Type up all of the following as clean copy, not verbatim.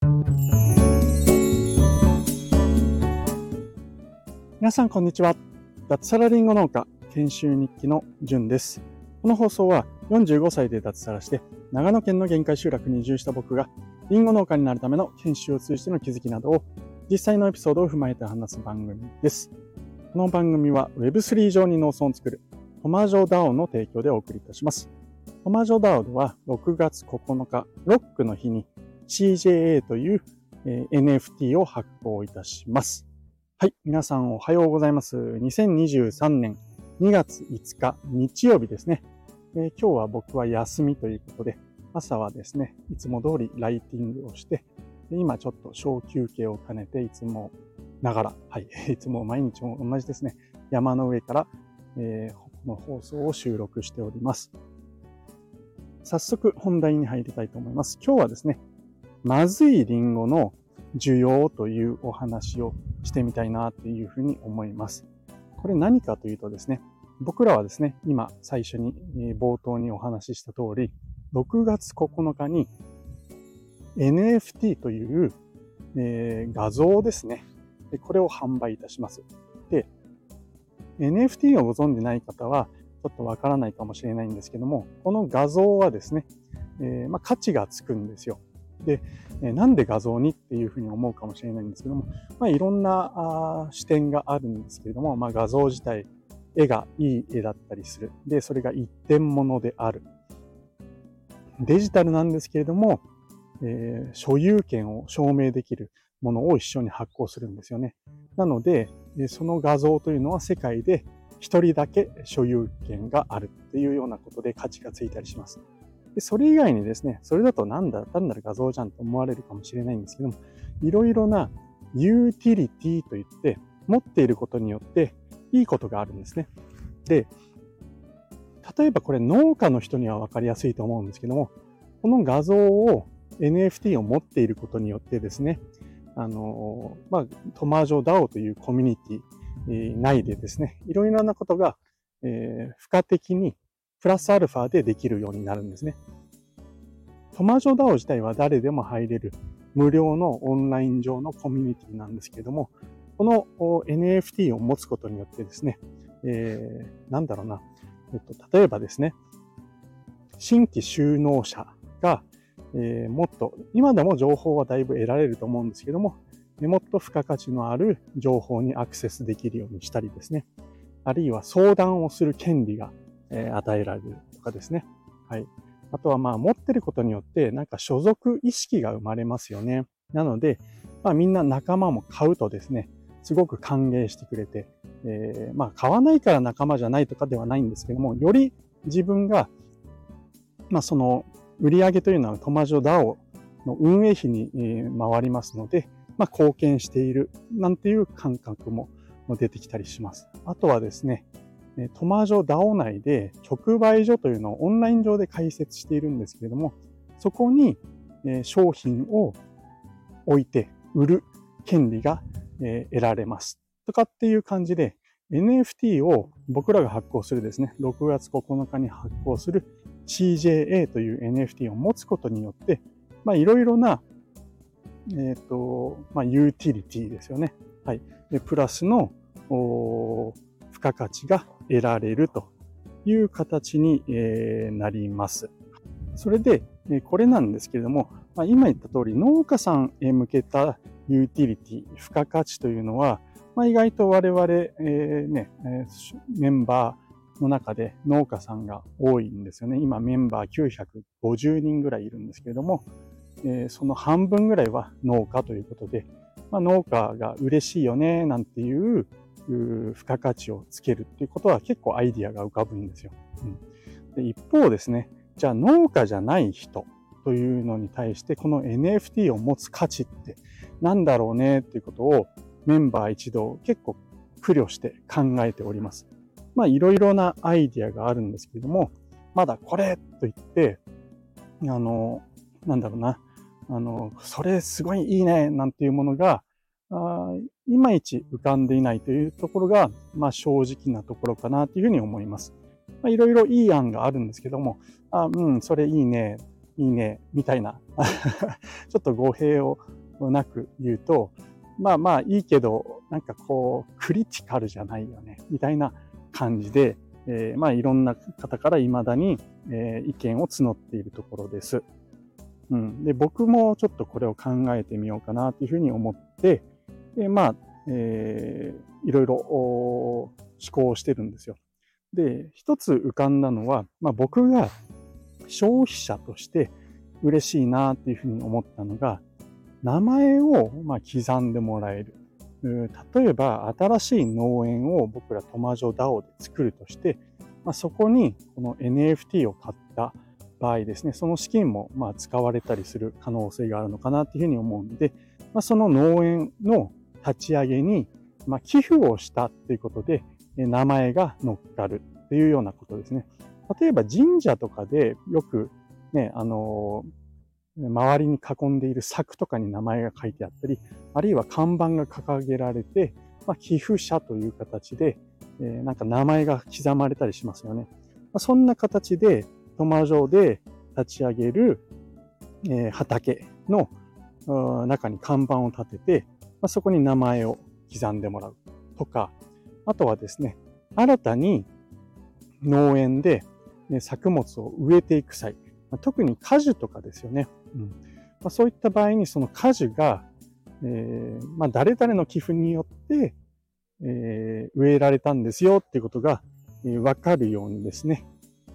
皆さんこんにちは。脱サラリンゴ農家研修日記のじゅんです。この放送は45歳で脱サラして長野県の限界集落に移住した僕がリンゴ農家になるための研修を通じての気づきなどを実際のエピソードを踏まえて話す番組です。この番組は Web3 上に農村を作るトマジョ DAO の提供でお送りいたします。トマジョ DAO では6月9日ロックの日に CJA という NFT を発行いたします。はい。皆さんおはようございます。2023年2月5日日曜日ですね。今日は僕は休みということで、朝はですね、いつも通りライティングをして、今ちょっと小休憩を兼ねて、いつもながら、はい。いつも毎日も同じですね、山の上から、この放送を収録しております。早速本題に入りたいと思います。今日はですね、まずいリンゴの需要というお話をしてみたいなっていうふうに思います。これ何かというとですね、僕らはですね、今最初に冒頭にお話しした通り、6月9日に NFT という画像ですね、これを販売いたします。で、NFT をご存じない方はちょっとわからないかもしれないんですけども、この画像はですね、価値がつくんですよ。で、なんで画像にっていうふうに思うかもしれないんですけども、いろんな視点があるんですけれども、画像自体、絵がいい絵だったりする。で、それが一点物である。デジタルなんですけれども、所有権を証明できるものを一緒に発行するんですよね。なので、その画像というのは世界で一人だけ所有権があるっていうようなことで価値がついたりします。でそれ以外にですね、それだと単なる画像じゃんと思われるかもしれないんですけども、いろいろなユーティリティといって、持っていることによっていいことがあるんですね。で、例えばこれ農家の人には分かりやすいと思うんですけども、この画像を NFT を持っていることによってですね、トマジョ DAO というコミュニティ内でですね、いろいろなことが、付加的にプラスアルファでできるようになるんですね。トマジョ DAO 自体は誰でも入れる無料のオンライン上のコミュニティなんですけれども、この NFT を持つことによってですね、例えばですね、新規就農者が、もっと、今でも情報はだいぶ得られると思うんですけども、もっと付加価値のある情報にアクセスできるようにしたりですね、あるいは相談をする権利が与えられるとかですね。はい。あとは持ってることによって所属意識が生まれますよね。なので、みんな仲間も買うとですね、すごく歓迎してくれて、買わないから仲間じゃないとかではないんですけども、より自分が、その売上というのはトマジョ DAO の運営費に回りますので、貢献しているなんていう感覚も出てきたりします。あとはですね、トマジョ DAO 内で直売所というのをオンライン上で開設しているんですけれども、そこに商品を置いて売る権利が得られますとかっていう感じで NFT を僕らが発行するですね、6月9日に発行する CJA という NFT を持つことによって、いろいろなユーティリティですよね。はい。でプラスの付加価値が得られるという形になります。それで、これなんですけれども、今言った通り農家さんへ向けたユーティリティ、付加価値というのは、意外と我々、メンバーの中で農家さんが多いんですよね。今メンバー950人ぐらいいるんですけれども、その半分ぐらいは農家ということで、農家が嬉しいよねなんていう付加価値をつけるっていうことは結構アイディアが浮かぶんですよ。で一方ですね、じゃあ農家じゃない人というのに対してこの NFT を持つ価値って何だろうねっていうことをメンバー一同結構苦慮して考えております。いろいろなアイディアがあるんですけれども、まだこれと言って、それすごいいいねなんていうものがいまいち浮かんでいないというところが、正直なところかなというふうに思います。いろいろいい案があるんですけども、それいいね、みたいなちょっと語弊をなく言うと、まあまあいいけど、なんかこう、クリティカルじゃないよね、みたいな感じで、まあいろんな方から未だに、意見を募っているところです。で、僕もちょっとこれを考えてみようかなというふうに思って、まあ、いろいろ思考してるんですよ。で、一つ浮かんだのは、まあ僕が消費者として嬉しいなっていうふうに思ったのが、名前をまあ刻んでもらえる。例えば、新しい農園を僕らトマジョ DAO で作るとして、まあ、そこにこの NFT を買った場合ですね、その資金もまあ使われたりする可能性があるのかなというふうに思うので、まあ、その農園の立ち上げにまあ寄付をしたっていうことで、名前が乗っかるっていうようなことですね。例えば神社とかでよくね、周りに囲んでいる柵とかに名前が書いてあったり、あるいは看板が掲げられて、まあ、寄付者という形で、なんか名前が刻まれたりしますよね。まあ、そんな形で、トマジョで立ち上げる、畑の中に看板を立てて、まあ、そこに名前を刻んでもらうとか、あとはですね、新たに農園で、作物を植えていく際、特に果樹とかですよね。まあ、そういった場合にその果樹が、まあ、誰々の寄付によって、植えられたんですよっていうことが、わかるようにですね、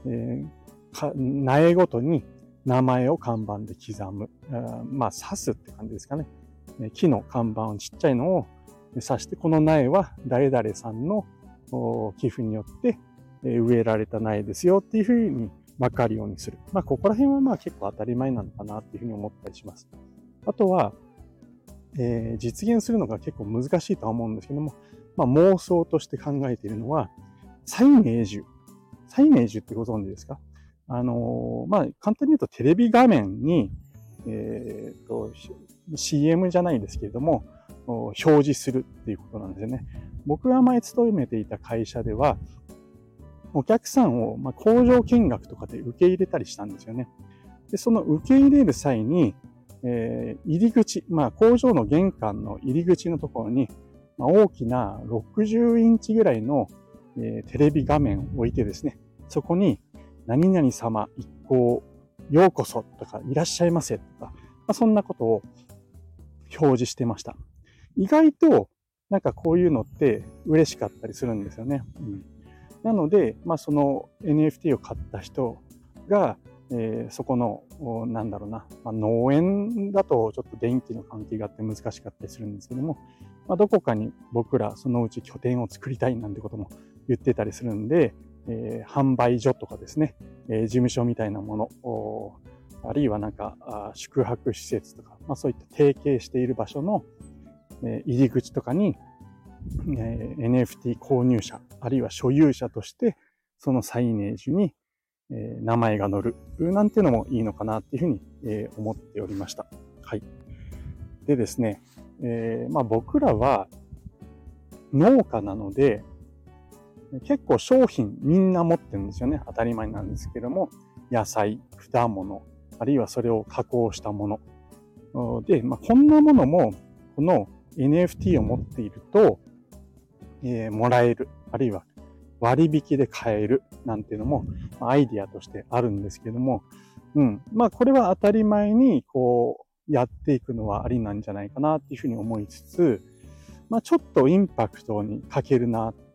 苗ごとに名前を看板で刻む。まあ、刺すって感じですかね。木の看板をちっちゃいのを刺して、この苗は誰々さんの寄付によって植えられた苗ですよっていうふうにわかるようにする。まあ、ここら辺はまあ結構当たり前なのかなっていうふうに思ったりします。あとは、実現するのが結構難しいとは思うんですけども、まあ、妄想として考えているのは、サイネージュ。サイネージュってご存知ですか？まあ、簡単に言うとテレビ画面に、CM じゃないですけれども、表示するっていうことなんですよね。僕が前勤めていた会社では、お客さんを、まあ、工場見学とかで受け入れたりしたんですよね。で、その受け入れる際に、入り口、まあ、工場の玄関の入り口のところに、まあ、大きな60インチぐらいの、テレビ画面を置いてですね、そこに、何々様一行ようこそとか、いらっしゃいませとか、まあ、そんなことを表示してました。意外と、なんかこういうのって嬉しかったりするんですよね。なので、まあ、その NFT を買った人が、そこの、なんだろうな、まあ、農園だとちょっと電気の関係があって難しかったりするんですけども、まあ、どこかに僕らそのうち拠点を作りたいなんてことも言ってたりするんで、販売所とかですね、事務所みたいなもの、あるいはなんか宿泊施設とか、まあ、そういった提携している場所の、入り口とかに、NFT 購入者、あるいは所有者として、そのサイネージュに、名前が載る、なんていうのもいいのかなっていうふうに、思っておりました。はい。でですね、まあ僕らは農家なので、結構商品みんな持ってるんですよね。当たり前なんですけども、野菜、果物、あるいはそれを加工したもの。で、まあこんなものも、この NFT を持っていると、もらえる、あるいは割引で買えるなんていうのもアイディアとしてあるんですけども、まあこれは当たり前にこうやっていくのはありなんじゃないかなっていうふうに思いつつ、まあちょっとインパクトに欠けるなって、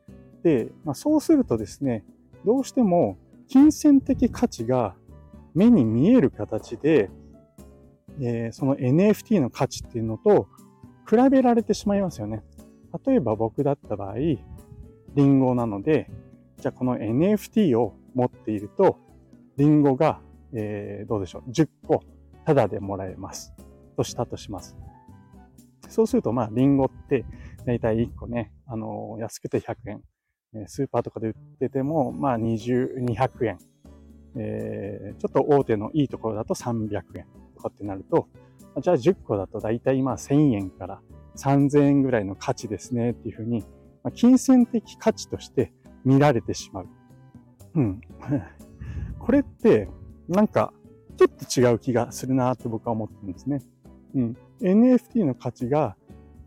まあそうするとですね、どうしても金銭的価値が目に見える形で、その NFT の価値っていうのと比べられてしまいますよね。例えば僕だった場合、リンゴなので、じゃあこの NFT を持っていると、リンゴが、どうでしょう、10個タダでもらえます。としたとします。そうすると、まあ、リンゴってだいたい1個ね、安くて100円。スーパーとかで売ってても、まあ、200円。ちょっと大手のいいところだと300円とかってなると、じゃあ10個だとだいたい今1000円から3000円ぐらいの価値ですねっていうふうに、金銭的価値として見られてしまう。これって、なんか、ちょっと違う気がするなって僕は思ってるんですね。 NFT の価値が、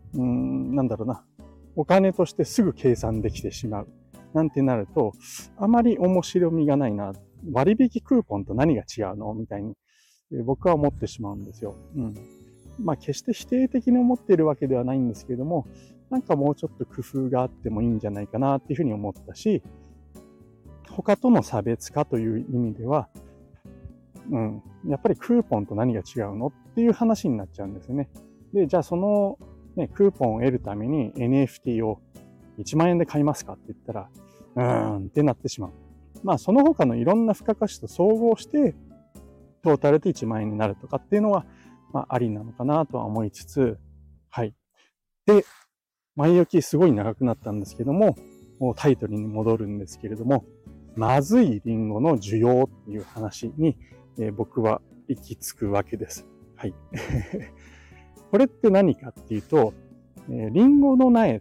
お金としてすぐ計算できてしまう。なんてなると、あまり面白みがないな。割引クーポンと何が違うのみたいに、僕は思ってしまうんですよ。決して否定的に思っているわけではないんですけれども、なんかもうちょっと工夫があってもいいんじゃないかなっていうふうに思ったし、他との差別化という意味では、やっぱりクーポンと何が違うのっていう話になっちゃうんですよね。で、じゃあその、クーポンを得るために NFT を1万円で買いますかって言ったら、ってなってしまう。その他のいろんな付加価値と総合して、トータルで1万円になるとかっていうのは、ありなのかなとは思いつつ、はい。で、前置きすごい長くなったんですけども、タイトルに戻るんですけれども、まずいリンゴの需要っていう話に、僕は行き着くわけです。はい。これって何かっていうと、リンゴの苗って、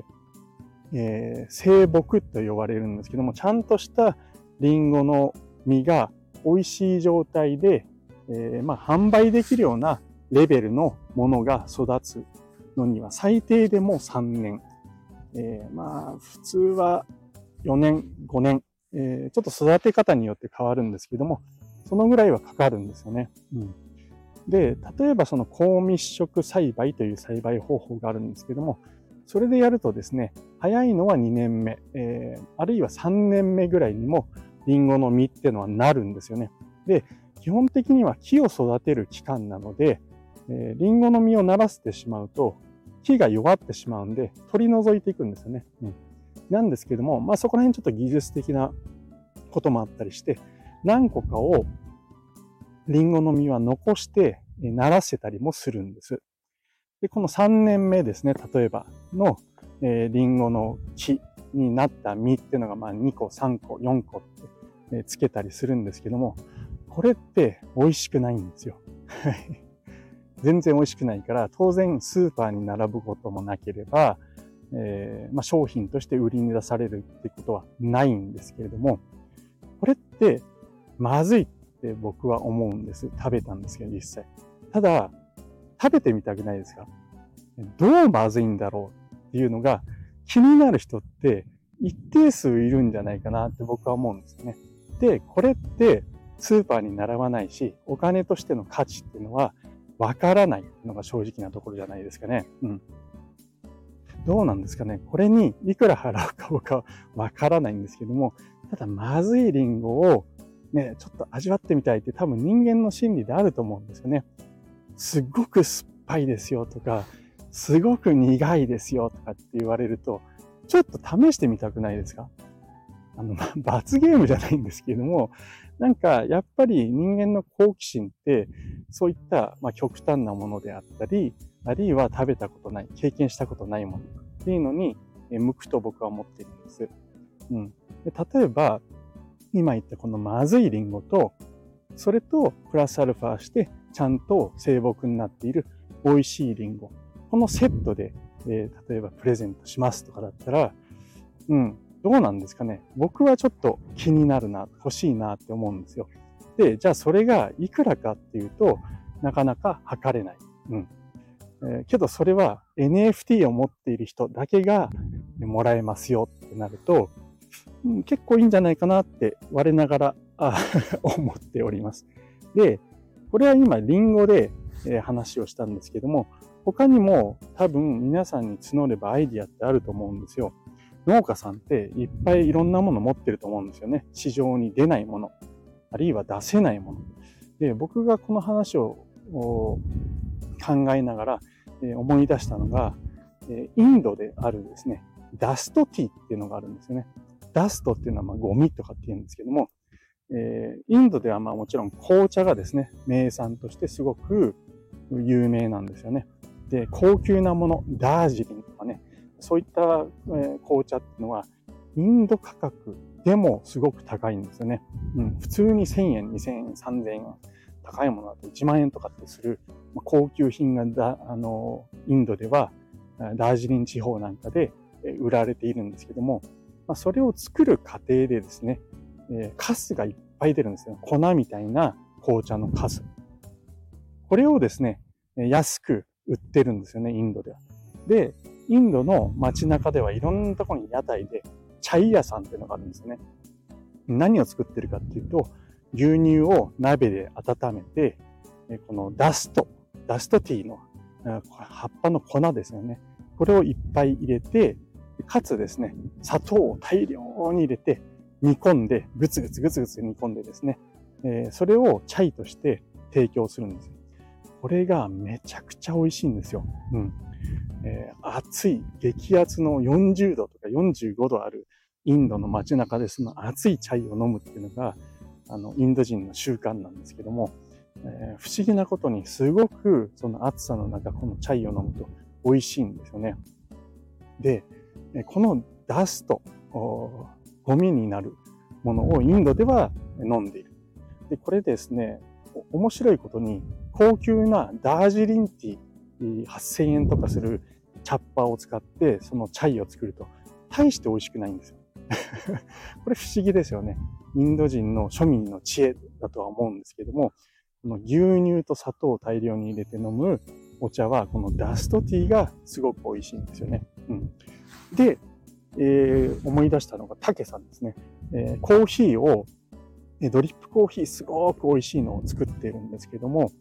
生木と呼ばれるんですけども、ちゃんとしたリンゴの実が美味しい状態で、販売できるようなレベルのものが育つのには最低でも3年。普通は4年、5年、ちょっと育て方によって変わるんですけども、そのぐらいはかかるんですよね。で、例えばその高密植栽培という栽培方法があるんですけども、それでやるとですね、早いのは2年目、あるいは3年目ぐらいにもリンゴの実っていうのはなるんですよね。で、基本的には木を育てる期間なので、リンゴの実をならせてしまうと、木が弱ってしまうんで、取り除いていくんですよね。なんですけども、そこら辺ちょっと技術的なこともあったりして、何個かをリンゴの実は残してならせたりもするんです。で、この3年目ですね、例えばの、リンゴの木になった実っていうのが2個、3個、4個ってつけたりするんですけども、これって美味しくないんですよ。全然美味しくないから、当然スーパーに並ぶこともなければ、商品として売りに出されるってことはないんですけれども、これってまずいって僕は思うんです。食べたんですけど、実際。ただ、食べてみたくないですか？どうまずいんだろうっていうのが気になる人って一定数いるんじゃないかなって僕は思うんですよね。で、これってスーパーに並ばないし、お金としての価値っていうのはわからないのが正直なところじゃないですかね。どうなんですかね。これにいくら払うか僕はわからないんですけども、ただまずいリンゴをね、ちょっと味わってみたいって多分人間の心理であると思うんですよね。すっごく酸っぱいですよとか、すごく苦いですよとかって言われると、ちょっと試してみたくないですか？罰ゲームじゃないんですけれども、なんかやっぱり人間の好奇心って、そういった極端なものであったり、あるいは食べたことない、経験したことないものっていうのに向くと僕は思っているんです。で例えば、今言ったこのまずいリンゴと、それとプラスアルファしてちゃんと生木になっている美味しいリンゴ。このセットで、例えばプレゼントしますとかだったら、どうなんですかね。僕はちょっと気になるな、欲しいなって思うんですよ。で、じゃあそれがいくらかっていうと、なかなか測れない。けどそれは NFT を持っている人だけがもらえますよってなると、結構いいんじゃないかなって我ながら思っております。で、これは今リンゴで話をしたんですけども、他にも多分皆さんに募ればアイディアってあると思うんですよ。農家さんっていっぱいいろんなもの持ってると思うんですよね。市場に出ないもの、あるいは出せないもの。で、僕がこの話を考えながら思い出したのが、インドであるですね、ダストティーっていうのがあるんですよね。ダストっていうのはゴミとかって言うんですけども、インドではもちろん紅茶がですね、名産としてすごく有名なんですよね。で、高級なもの、ダージリンとかね、そういった紅茶っていうのは、インド価格でもすごく高いんですよね。普通に1000円、2000円、3000円、高いものだと1万円とかってする高級品がインドではダージリン地方なんかで売られているんですけども、それを作る過程でですね、カスがいっぱい出るんですよ。粉みたいな紅茶のカス。これをですね、 安く売ってるんですよね、インドでは。で、インドの街中ではいろんなところに屋台でチャイ屋さんっていうのがあるんですよね。何を作ってるかっていうと、牛乳を鍋で温めて、このダストティーの葉っぱの粉ですよね。これをいっぱい入れて、かつですね、砂糖を大量に入れて煮込んで、ぐつぐつ煮込んでですね、それをチャイとして提供するんですよ。これがめちゃくちゃ美味しいんですよ。暑い、激熱の40度とか45度あるインドの街中でその熱いチャイを飲むっていうのが、インド人の習慣なんですけども、不思議なことにすごくその暑さの中、このチャイを飲むと美味しいんですよね。で、このダスト、ゴミになるものをインドでは飲んでいる。で、これですね、面白いことに高級なダージリンティー8000円とかするチャッパーを使ってそのチャイを作ると大して美味しくないんですよ。これ不思議ですよね。インド人の庶民の知恵だとは思うんですけども、この牛乳と砂糖を大量に入れて飲むお茶はこのダストティーがすごく美味しいんですよね。で、思い出したのがタケさんですね。コーヒーをドリップコーヒーすごく美味しいのを作っているんですけども、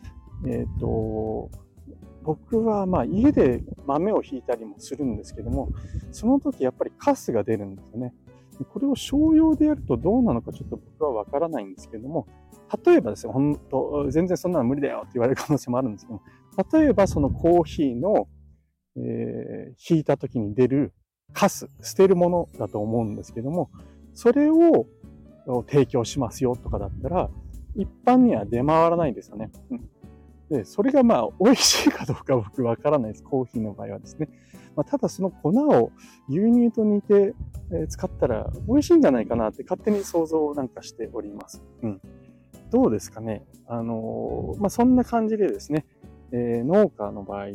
僕は家で豆をひいたりもするんですけども、その時やっぱりカスが出るんですよね。これを商用でやるとどうなのかちょっと僕はわからないんですけども、例えばですね、本当全然そんなの無理だよって言われる可能性もあるんですけども、例えばそのコーヒーの、ひいた時に出るカス、捨てるものだと思うんですけども、それを提供しますよとかだったら、一般には出回らないですよね。で、それが美味しいかどうか僕わからないです。コーヒーの場合はですね。ただその粉を牛乳と煮て使ったら美味しいんじゃないかなって勝手に想像なんかしております。どうですかね。そんな感じでですね、農家の場合って、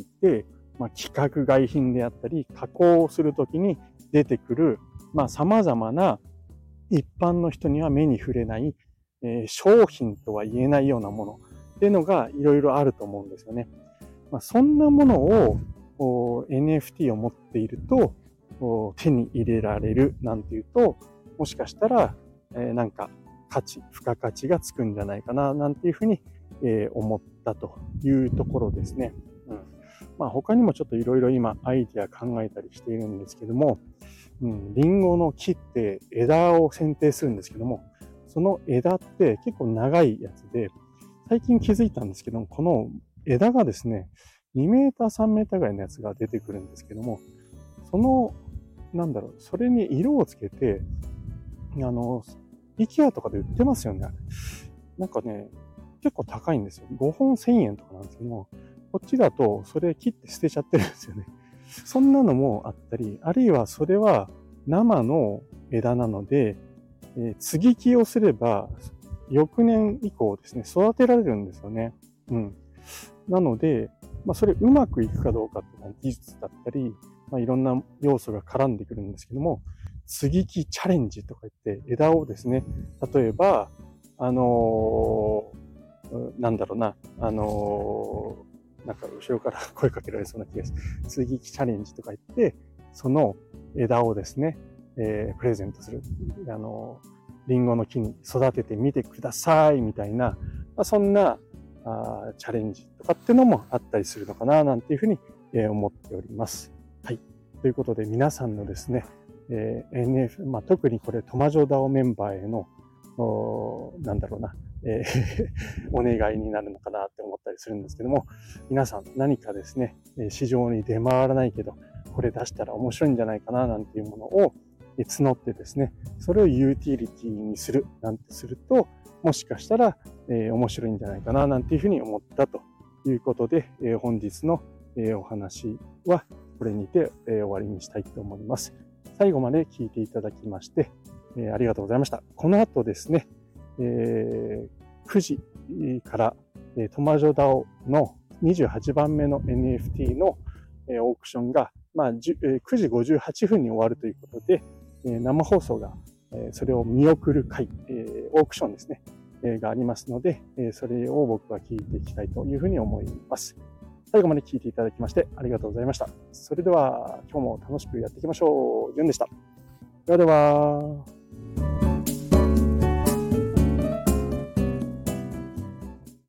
規格外品であったり、加工するときに出てくる、様々な一般の人には目に触れない、商品とは言えないようなものっていうのがいろいろあると思うんですよね。そんなものをNFT を持っていると手に入れられるなんていうと、もしかしたらなんか付加価値がつくんじゃないかななんていうふうに思ったというところですね。他にもちょっといろいろ今アイディア考えたりしているんですけども、リンゴの木って枝を剪定するんですけども、その枝って結構長いやつで、最近気づいたんですけども、この枝がですね、2メーター、3メーターぐらいのやつが出てくるんですけども、それに色をつけて、IKEA とかで売ってますよね、あれ。なんかね、結構高いんですよ。5本1000円とかなんですけども、こっちだとそれ切って捨てちゃってるんですよね。そんなのもあったり、あるいはそれは生の枝なので、接ぎ木をすれば、翌年以降ですね、育てられるんですよね。なので、それうまくいくかどうかっていうのは技術だったり、いろんな要素が絡んでくるんですけども、接ぎ木チャレンジとか言って枝をですね、例えば、なんか後ろから声かけられそうな気がする。接ぎ木チャレンジとか言って、その枝をですね、プレゼントする。リンゴの木に育ててみてくださいみたいな、そんなチャレンジとかっていうのもあったりするのかななんていうふうに思っております。はい。ということで皆さんのですね、特にこれトマジョダオメンバーへのお願いになるのかなって思ったりするんですけども、皆さん何かですね、市場に出回らないけど、これ出したら面白いんじゃないかななんていうものを募ってですね、それをユーティリティにするなんてすると、もしかしたら、面白いんじゃないかななんていうふうに思ったということで、本日の、お話はこれにて、終わりにしたいと思います。最後まで聞いていただきまして、ありがとうございました。この後ですね、9時からトマジョダオの28番目の NFT のオークションが、9時58分に終わるということで、生放送がそれを見送る会、オークションですね、がありますので、それを僕は聞いていきたいというふうに思います。 最後まで聞いていただきましてありがとうございました。それでは今日も楽しくやっていきましょう。じゅんでした。ではでは。